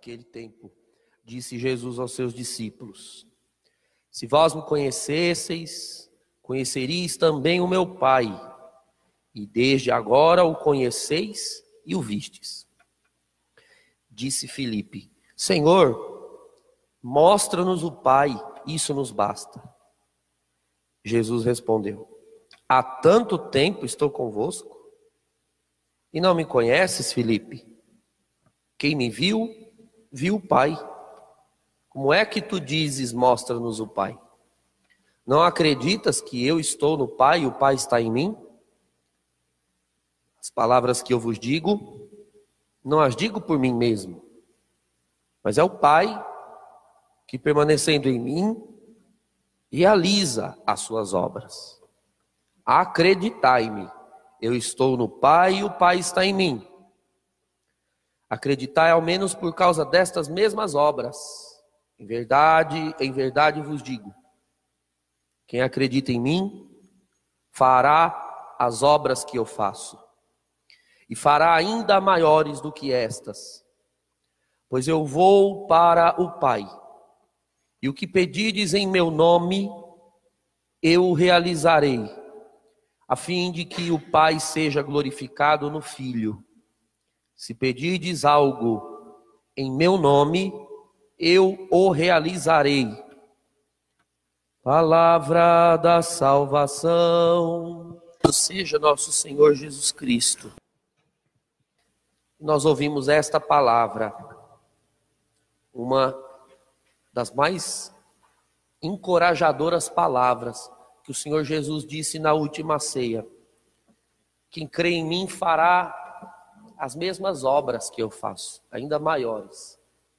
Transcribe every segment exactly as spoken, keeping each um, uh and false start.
Naquele tempo, disse Jesus aos seus discípulos: se vós me conhecesseis, conheceríeis também o meu Pai, e desde agora o conheceis e o vistes. Disse Filipe: Senhor, mostra-nos o Pai, isso nos basta. Jesus respondeu: há tanto tempo estou convosco, e não me conheces, Filipe? Quem me viu, viu o Pai. Como é que tu dizes, mostra-nos o Pai? Não acreditas que eu estou no Pai e o Pai está em mim? As palavras que eu vos digo, não as digo por mim mesmo, mas é o Pai que, permanecendo em mim, realiza as suas obras. Acreditai-me, eu estou no Pai e o Pai está em mim. Acreditai ao menos por causa destas mesmas obras. Em verdade, em verdade vos digo, quem acredita em mim, fará as obras que eu faço, e fará ainda maiores do que estas, pois eu vou para o Pai, e o que pedides em meu nome, eu o realizarei, a fim de que o Pai seja glorificado no Filho. Se pedirdes algo em meu nome, eu o realizarei. Palavra da salvação. Seja nosso Senhor Jesus Cristo. Nós ouvimos esta palavra, uma das mais encorajadoras palavras que o Senhor Jesus disse na última ceia. Quem crê em mim fará as mesmas obras que eu faço, ainda maiores.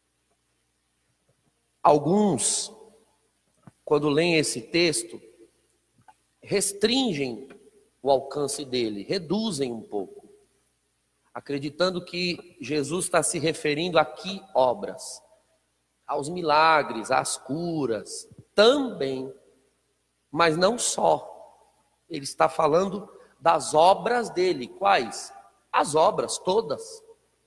Alguns, quando leem esse texto, restringem o alcance dele, reduzem um pouco, acreditando que Jesus está se referindo a que obras? Aos milagres, às curas, também, mas não só. Ele está falando das obras dele. Quais? As obras todas.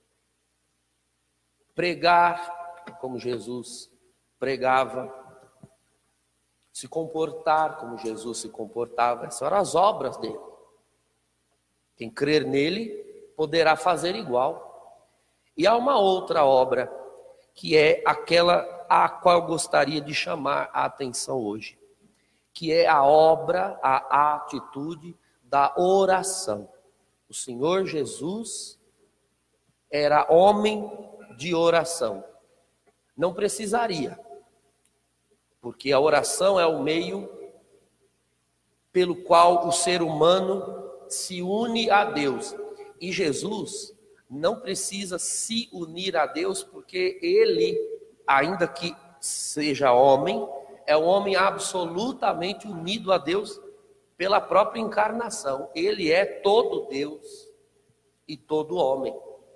Pregar, como Jesus pregava, se comportar como Jesus se comportava, essas eram as obras dele. Quem crer nele poderá fazer igual. E há uma outra obra, que é aquela a qual eu gostaria de chamar a atenção hoje, que é a obra, a atitude da oração. O Senhor Jesus era homem de oração. Não precisaria, porque a oração é o meio pelo qual o ser humano se une a Deus. E Jesus não precisa se unir a Deus, porque ele, ainda que seja homem, é um homem absolutamente unido a Deus pela própria encarnação. Ele é todo Deus e todo homem.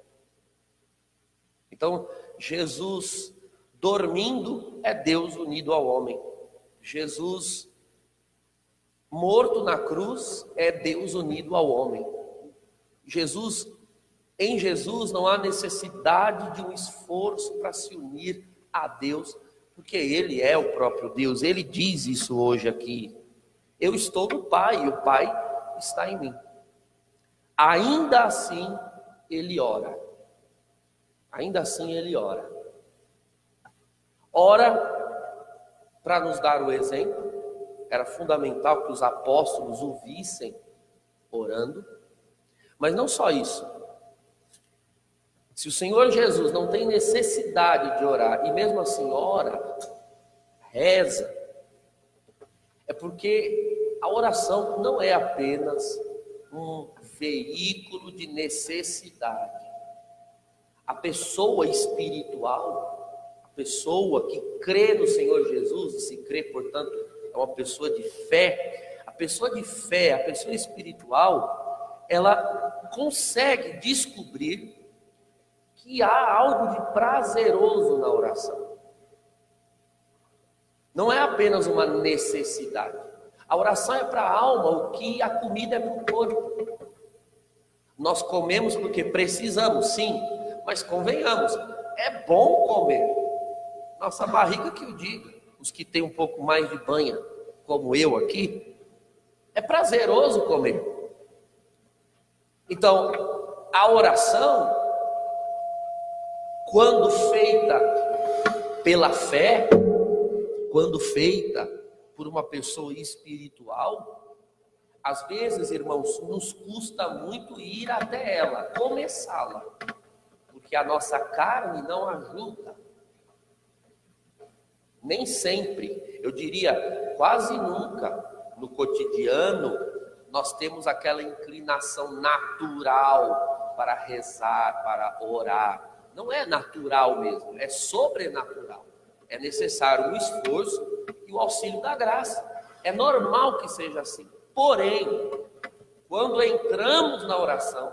Então, Jesus dormindo é Deus unido ao homem. Jesus morto na cruz é Deus unido ao homem. Jesus, em Jesus não há necessidade de um esforço para se unir a Deus, porque Ele é o próprio Deus. Ele diz isso hoje aqui. Eu estou no Pai e o Pai está em mim. Ainda assim, Ele ora. Ainda assim, Ele ora. Ora para nos dar o exemplo. Era fundamental que os apóstolos o vissem orando. Mas não só isso. Se o Senhor Jesus não tem necessidade de orar, e mesmo assim ora, reza, é porque a oração não é apenas um veículo de necessidade. A pessoa espiritual, a pessoa que crê no Senhor Jesus, e se crê, portanto, é uma pessoa de fé, a pessoa de fé, a pessoa espiritual, ela consegue descobrir que há algo de prazeroso na oração. Não é apenas uma necessidade. A oração é para a alma o que a comida é para o corpo. Nós comemos porque precisamos, sim, mas convenhamos, é bom comer. Nossa barriga que o diga. Os que têm um pouco mais de banha, como eu aqui, é prazeroso comer. Então, a oração, quando feita pela fé, quando feita por uma pessoa espiritual, às vezes, irmãos, nos custa muito ir até ela, começá-la, porque a nossa carne não ajuda. Nem sempre, eu diria quase nunca, no cotidiano, nós temos aquela inclinação natural para rezar, para orar. Não é natural mesmo, é sobrenatural. É necessário um esforço e o auxílio da graça. É normal que seja assim. Porém, quando entramos na oração,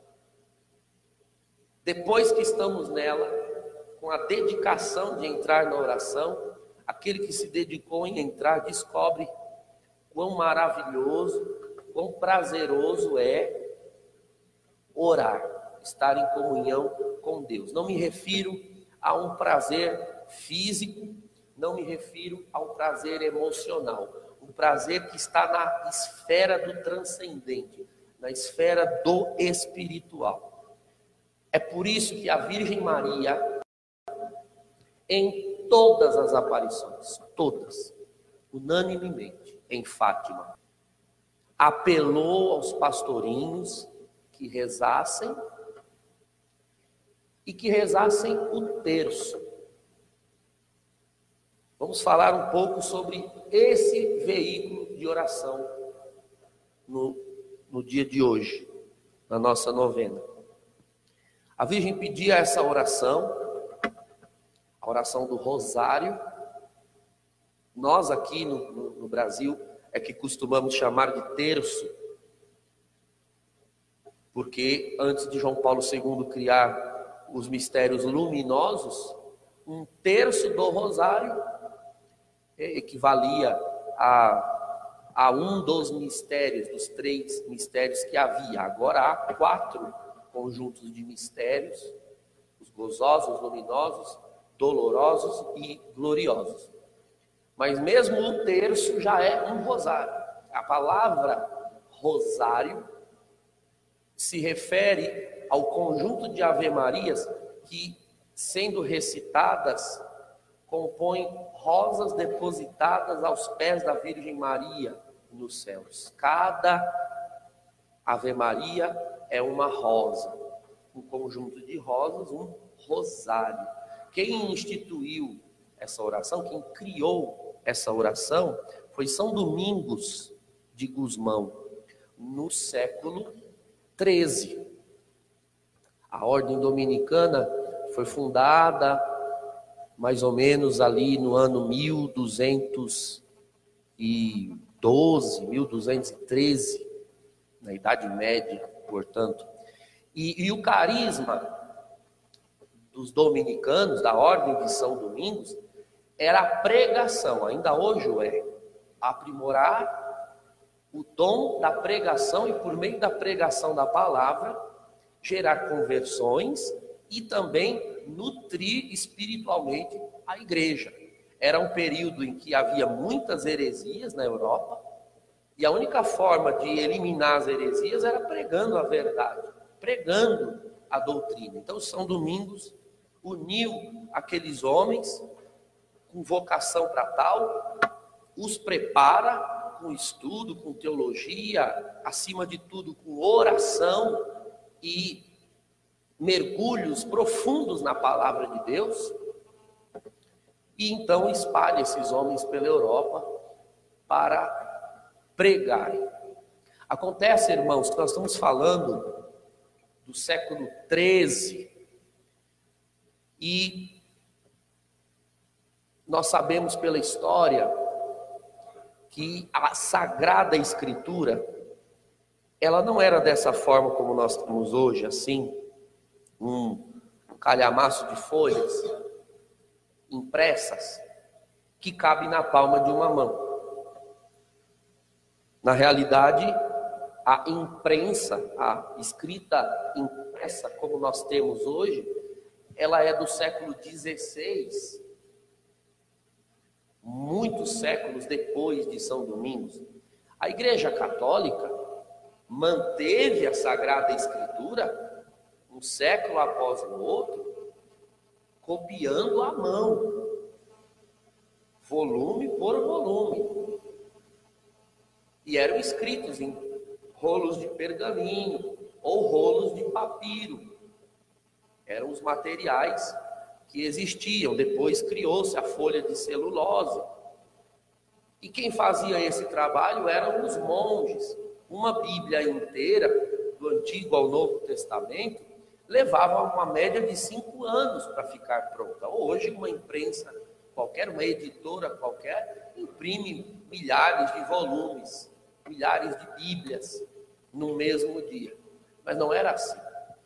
depois que estamos nela, com a dedicação de entrar na oração, aquele que se dedicou em entrar descobre quão maravilhoso, quão prazeroso é orar, estar em comunhão com Deus. Não me refiro a um prazer físico, não me refiro a um prazer emocional, um prazer que está na esfera do transcendente, na esfera do espiritual. É por isso que a Virgem Maria, em todas as aparições, todas, unanimemente, em Fátima, apelou aos pastorinhos que rezassem e que rezassem o terço. Vamos falar um pouco sobre esse veículo de oração no, no dia de hoje, na nossa novena. A Virgem pedia essa oração, a oração do Rosário. Nós aqui no, no, no Brasil é que costumamos chamar de terço, porque antes de João Paulo segundo criar os mistérios luminosos, um terço do Rosário equivalia a, a um dos mistérios, dos três mistérios que havia. Agora há quatro conjuntos de mistérios: os gozosos, luminosos, dolorosos e gloriosos. Mas mesmo o terço já é um rosário. A palavra rosário se refere ao conjunto de ave-marias que, sendo recitadas, compõem rosas depositadas aos pés da Virgem Maria nos céus. Cada ave-maria é uma rosa, um conjunto de rosas, um rosário. Quem instituiu essa oração, quem criou essa oração, foi São Domingos de Gusmão, no século treze. A ordem dominicana foi fundada mais ou menos ali no ano mil duzentos e doze, mil duzentos e treze, na Idade Média, portanto. E, e o carisma dos dominicanos, da ordem de São Domingos, era a pregação, ainda hoje o é, aprimorar o dom da pregação e, por meio da pregação da palavra, gerar conversões e também nutrir espiritualmente a igreja. Era um período em que havia muitas heresias na Europa, e a única forma de eliminar as heresias era pregando a verdade, pregando a doutrina. Então São Domingos uniu aqueles homens com vocação para tal, os prepara com estudo, com teologia, acima de tudo com oração e mergulhos profundos na palavra de Deus, e então espalha esses homens pela Europa para pregarem. Acontece, irmãos, que nós estamos falando do século treze, e nós sabemos pela história que a Sagrada Escritura, ela não era dessa forma como nós temos hoje, assim, um calhamaço de folhas impressas que cabe na palma de uma mão. Na realidade, a imprensa, a escrita impressa como nós temos hoje, ela é do século dezesseis, muitos séculos depois de São Domingos. A Igreja Católica manteve a Sagrada Escritura um século após o outro, copiando à mão, volume por volume. E eram escritos em rolos de pergaminho ou rolos de papiro. Eram os materiais que existiam. Depois criou-se a folha de celulose. E quem fazia esse trabalho eram os monges. Uma Bíblia inteira, do Antigo ao Novo Testamento, levava uma média de cinco anos para ficar pronta. Hoje, uma imprensa qualquer, uma editora qualquer, imprime milhares de volumes, milhares de Bíblias no mesmo dia. Mas não era assim.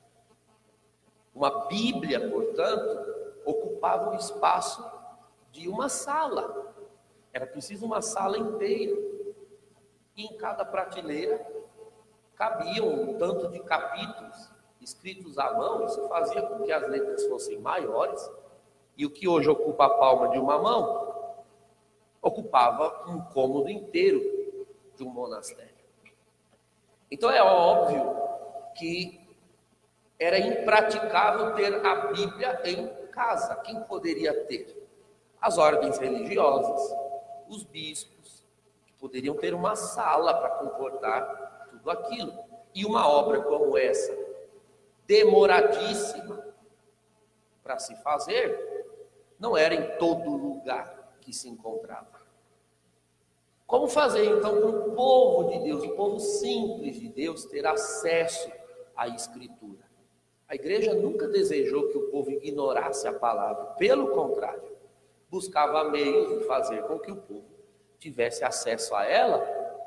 Uma Bíblia, portanto, ocupava o espaço de uma sala. Era preciso uma sala inteira. E em cada prateleira cabiam um tanto de capítulos escritos à mão. Isso fazia com que as letras fossem maiores. E o que hoje ocupa a palma de uma mão, ocupava um cômodo inteiro de um monastério. Então é óbvio que era impraticável ter a Bíblia em casa. Quem poderia ter? As ordens religiosas, os bispos, que poderiam ter uma sala para comportar tudo aquilo. E uma obra como essa, demoradíssima para se fazer, não era em todo lugar que se encontrava. Como fazer então para o povo de Deus, o povo simples de Deus, ter acesso à Escritura? A igreja nunca desejou que o povo ignorasse a palavra. Pelo contrário, buscava meios de fazer com que o povo tivesse acesso a ela,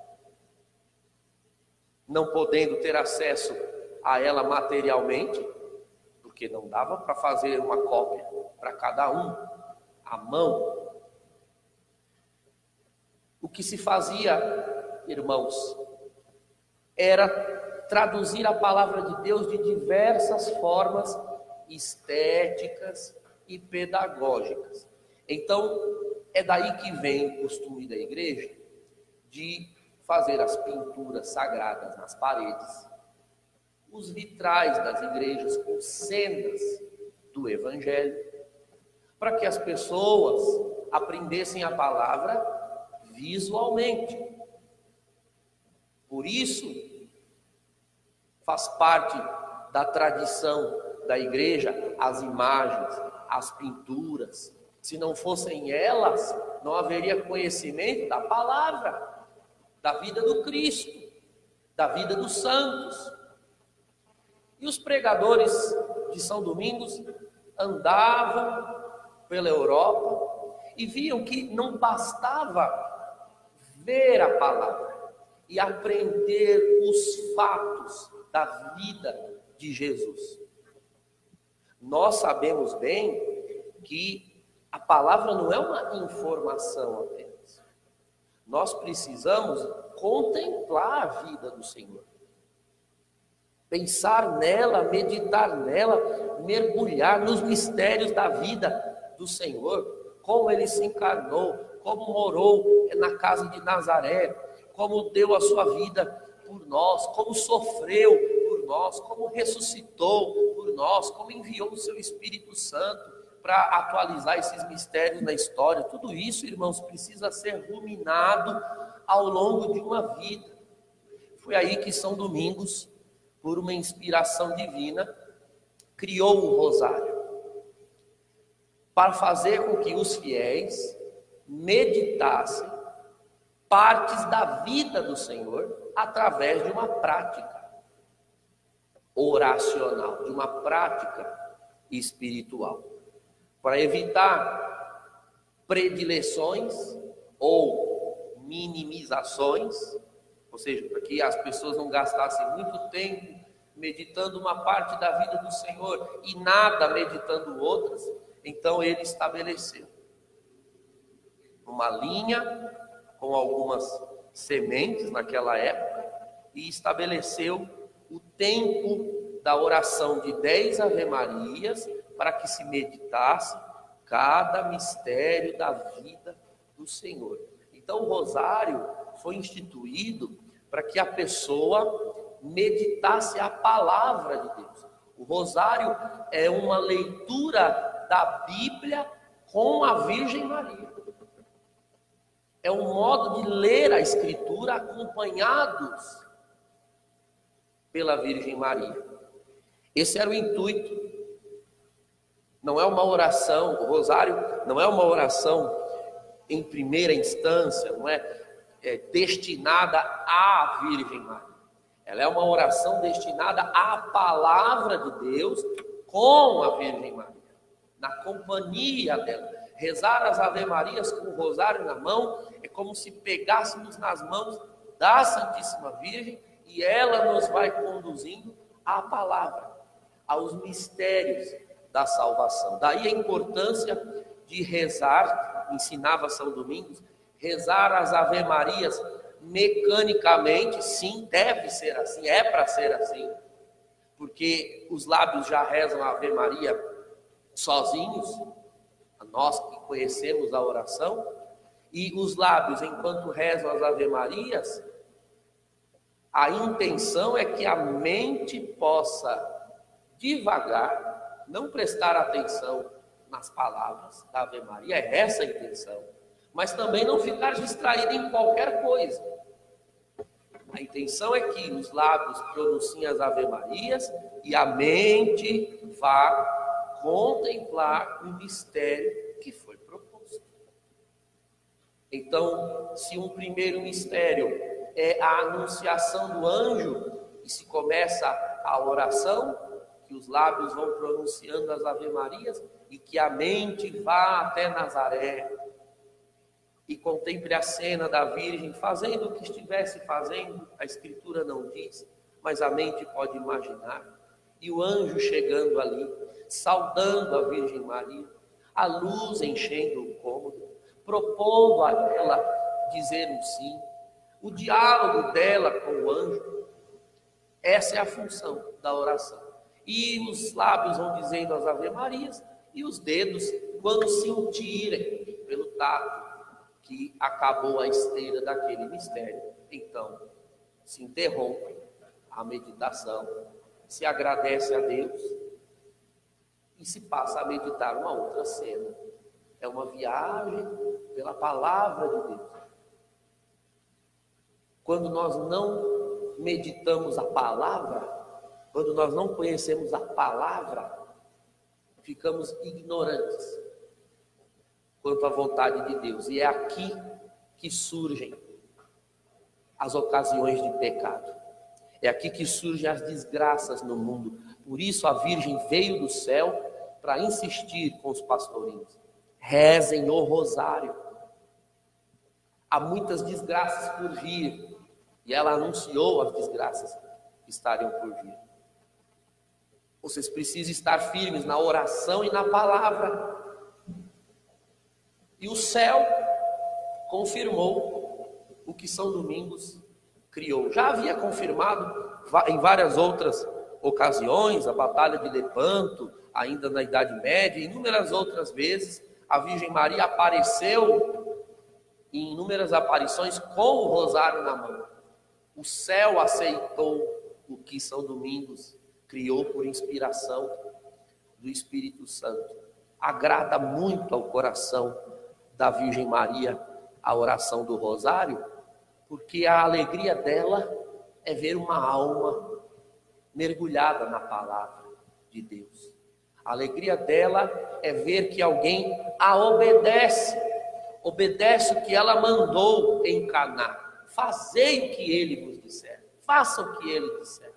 não podendo ter acesso a ela materialmente, porque não dava para fazer uma cópia para cada um, à mão. O que se fazia, irmãos, era traduzir a palavra de Deus de diversas formas estéticas e pedagógicas. Então, é daí que vem o costume da igreja de fazer as pinturas sagradas nas paredes, os vitrais das igrejas com cenas do Evangelho, para que as pessoas aprendessem a palavra visualmente. Por isso, faz parte da tradição da igreja as imagens, as pinturas. Se não fossem elas, não haveria conhecimento da palavra, da vida do Cristo, da vida dos santos. E os pregadores de São Domingos andavam pela Europa e viam que não bastava ver a palavra e aprender os fatos da vida de Jesus. Nós sabemos bem que a palavra não é uma informação apenas. Nós precisamos contemplar a vida do Senhor. Pensar nela, meditar nela, mergulhar nos mistérios da vida do Senhor, como ele se encarnou, como morou na casa de Nazaré, como deu a sua vida por nós, como sofreu por nós, como ressuscitou por nós, como enviou o seu Espírito Santo para atualizar esses mistérios na história. Tudo isso, irmãos, precisa ser ruminado ao longo de uma vida. Foi aí que São Domingos, por uma inspiração divina, criou o rosário, para fazer com que os fiéis meditassem partes da vida do Senhor através de uma prática oracional, de uma prática espiritual, para evitar predileções ou minimizações, ou seja, para que as pessoas não gastassem muito tempo meditando uma parte da vida do Senhor e nada meditando outras. Então ele estabeleceu uma linha com algumas sementes naquela época e estabeleceu o tempo da oração de dez Ave-Marias para que se meditasse cada mistério da vida do Senhor. Então o rosário foi instituído para que a pessoa meditasse a palavra de Deus. O rosário é uma leitura da Bíblia com a Virgem Maria. É um modo de ler a Escritura acompanhados pela Virgem Maria. Esse era o intuito. Não é uma oração, o rosário não é uma oração em primeira instância, não é, é destinada à Virgem Maria. Ela é uma oração destinada à palavra de Deus com a Virgem Maria, na companhia dela. Rezar as Ave-Marias com o rosário na mão é como se pegássemos nas mãos da Santíssima Virgem e ela nos vai conduzindo à palavra, aos mistérios da salvação. Daí a importância de rezar, ensinava São Domingos, rezar as Ave-Marias mecanicamente, sim, deve ser assim, é para ser assim, porque os lábios já rezam a Ave Maria sozinhos, nós que conhecemos a oração, e os lábios, enquanto rezam as Ave Marias, a intenção é que a mente possa devagar, não prestar atenção nas palavras da Ave Maria, é essa a intenção, mas também não ficar distraído em qualquer coisa. A intenção é que os lábios pronunciem as Ave-Marias e a mente vá contemplar o mistério que foi proposto. Então, se um primeiro mistério é a anunciação do anjo, e se começa a oração, que os lábios vão pronunciando as Ave-Marias e que a mente vá até Nazaré, e contemple a cena da Virgem fazendo o que estivesse fazendo, a Escritura não diz, mas a mente pode imaginar, e o anjo chegando ali, saudando a Virgem Maria, a luz enchendo o cômodo, propondo a ela dizer um sim, o diálogo dela com o anjo, essa é a função da oração. E os lábios vão dizendo as Ave-Marias, e os dedos, quando sentirem pelo tato, que acabou a esteira daquele mistério, então se interrompe a meditação, se agradece a Deus e se passa a meditar uma outra cena. É uma viagem pela palavra de Deus. Quando nós não meditamos a palavra, quando nós não conhecemos a palavra, ficamos ignorantes quanto à vontade de Deus. E é aqui que surgem as ocasiões de pecado. É aqui que surgem as desgraças no mundo. Por isso a Virgem veio do céu para insistir com os pastorinhos. Rezem o rosário. Há muitas desgraças por vir. E ela anunciou as desgraças que estariam por vir. Vocês precisam estar firmes na oração e na palavra. E o céu confirmou o que São Domingos criou. Já havia confirmado em várias outras ocasiões, a Batalha de Lepanto, ainda na Idade Média, inúmeras outras vezes, a Virgem Maria apareceu em inúmeras aparições com o rosário na mão. O céu aceitou o que São Domingos criou por inspiração do Espírito Santo. Agrada muito ao coração da Virgem Maria a oração do rosário, porque a alegria dela é ver uma alma mergulhada na palavra de Deus. A alegria dela é ver que alguém a obedece, obedece o que ela mandou em Caná. Fazei o que ele vos disser, façam o que ele disser.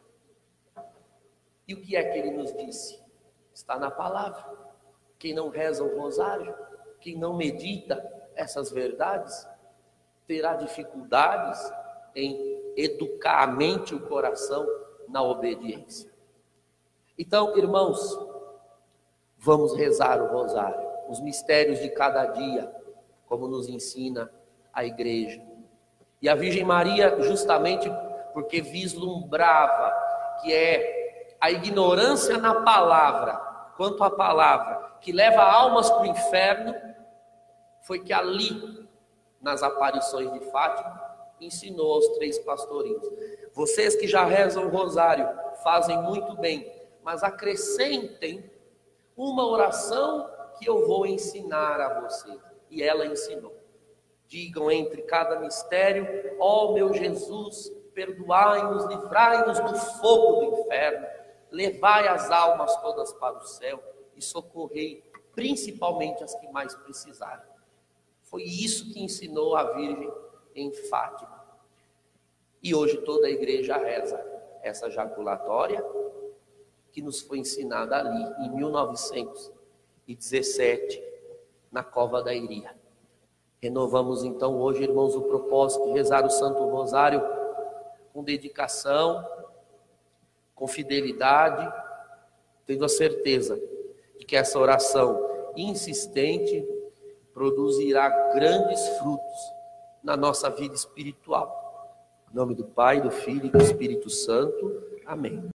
E o que é que ele nos disse? Está na palavra. Quem não reza o rosário, quem não medita essas verdades, terá dificuldades em educar a mente e o coração na obediência. Então, irmãos, vamos rezar o rosário, os mistérios de cada dia, como nos ensina a igreja. E a Virgem Maria, justamente porque vislumbrava que é a ignorância na palavra quanto à palavra que leva almas para o inferno, foi que ali, nas aparições de Fátima, ensinou aos três pastorinhos: vocês que já rezam o rosário, fazem muito bem, mas acrescentem uma oração que eu vou ensinar a vocês. E ela ensinou: digam entre cada mistério: ó meu Jesus, perdoai-nos, livrai-nos do fogo do inferno, levai as almas todas para o céu e socorrei principalmente as que mais precisarem. Foi isso que ensinou a Virgem em Fátima. E hoje toda a igreja reza essa jaculatória que nos foi ensinada ali em mil novecentos e dezessete, na Cova da Iria. Renovamos então hoje, irmãos, o propósito de rezar o Santo Rosário com dedicação, com fidelidade, tendo a certeza de que essa oração insistente produzirá grandes frutos na nossa vida espiritual. Em nome do Pai, do Filho e do Espírito Santo. Amém.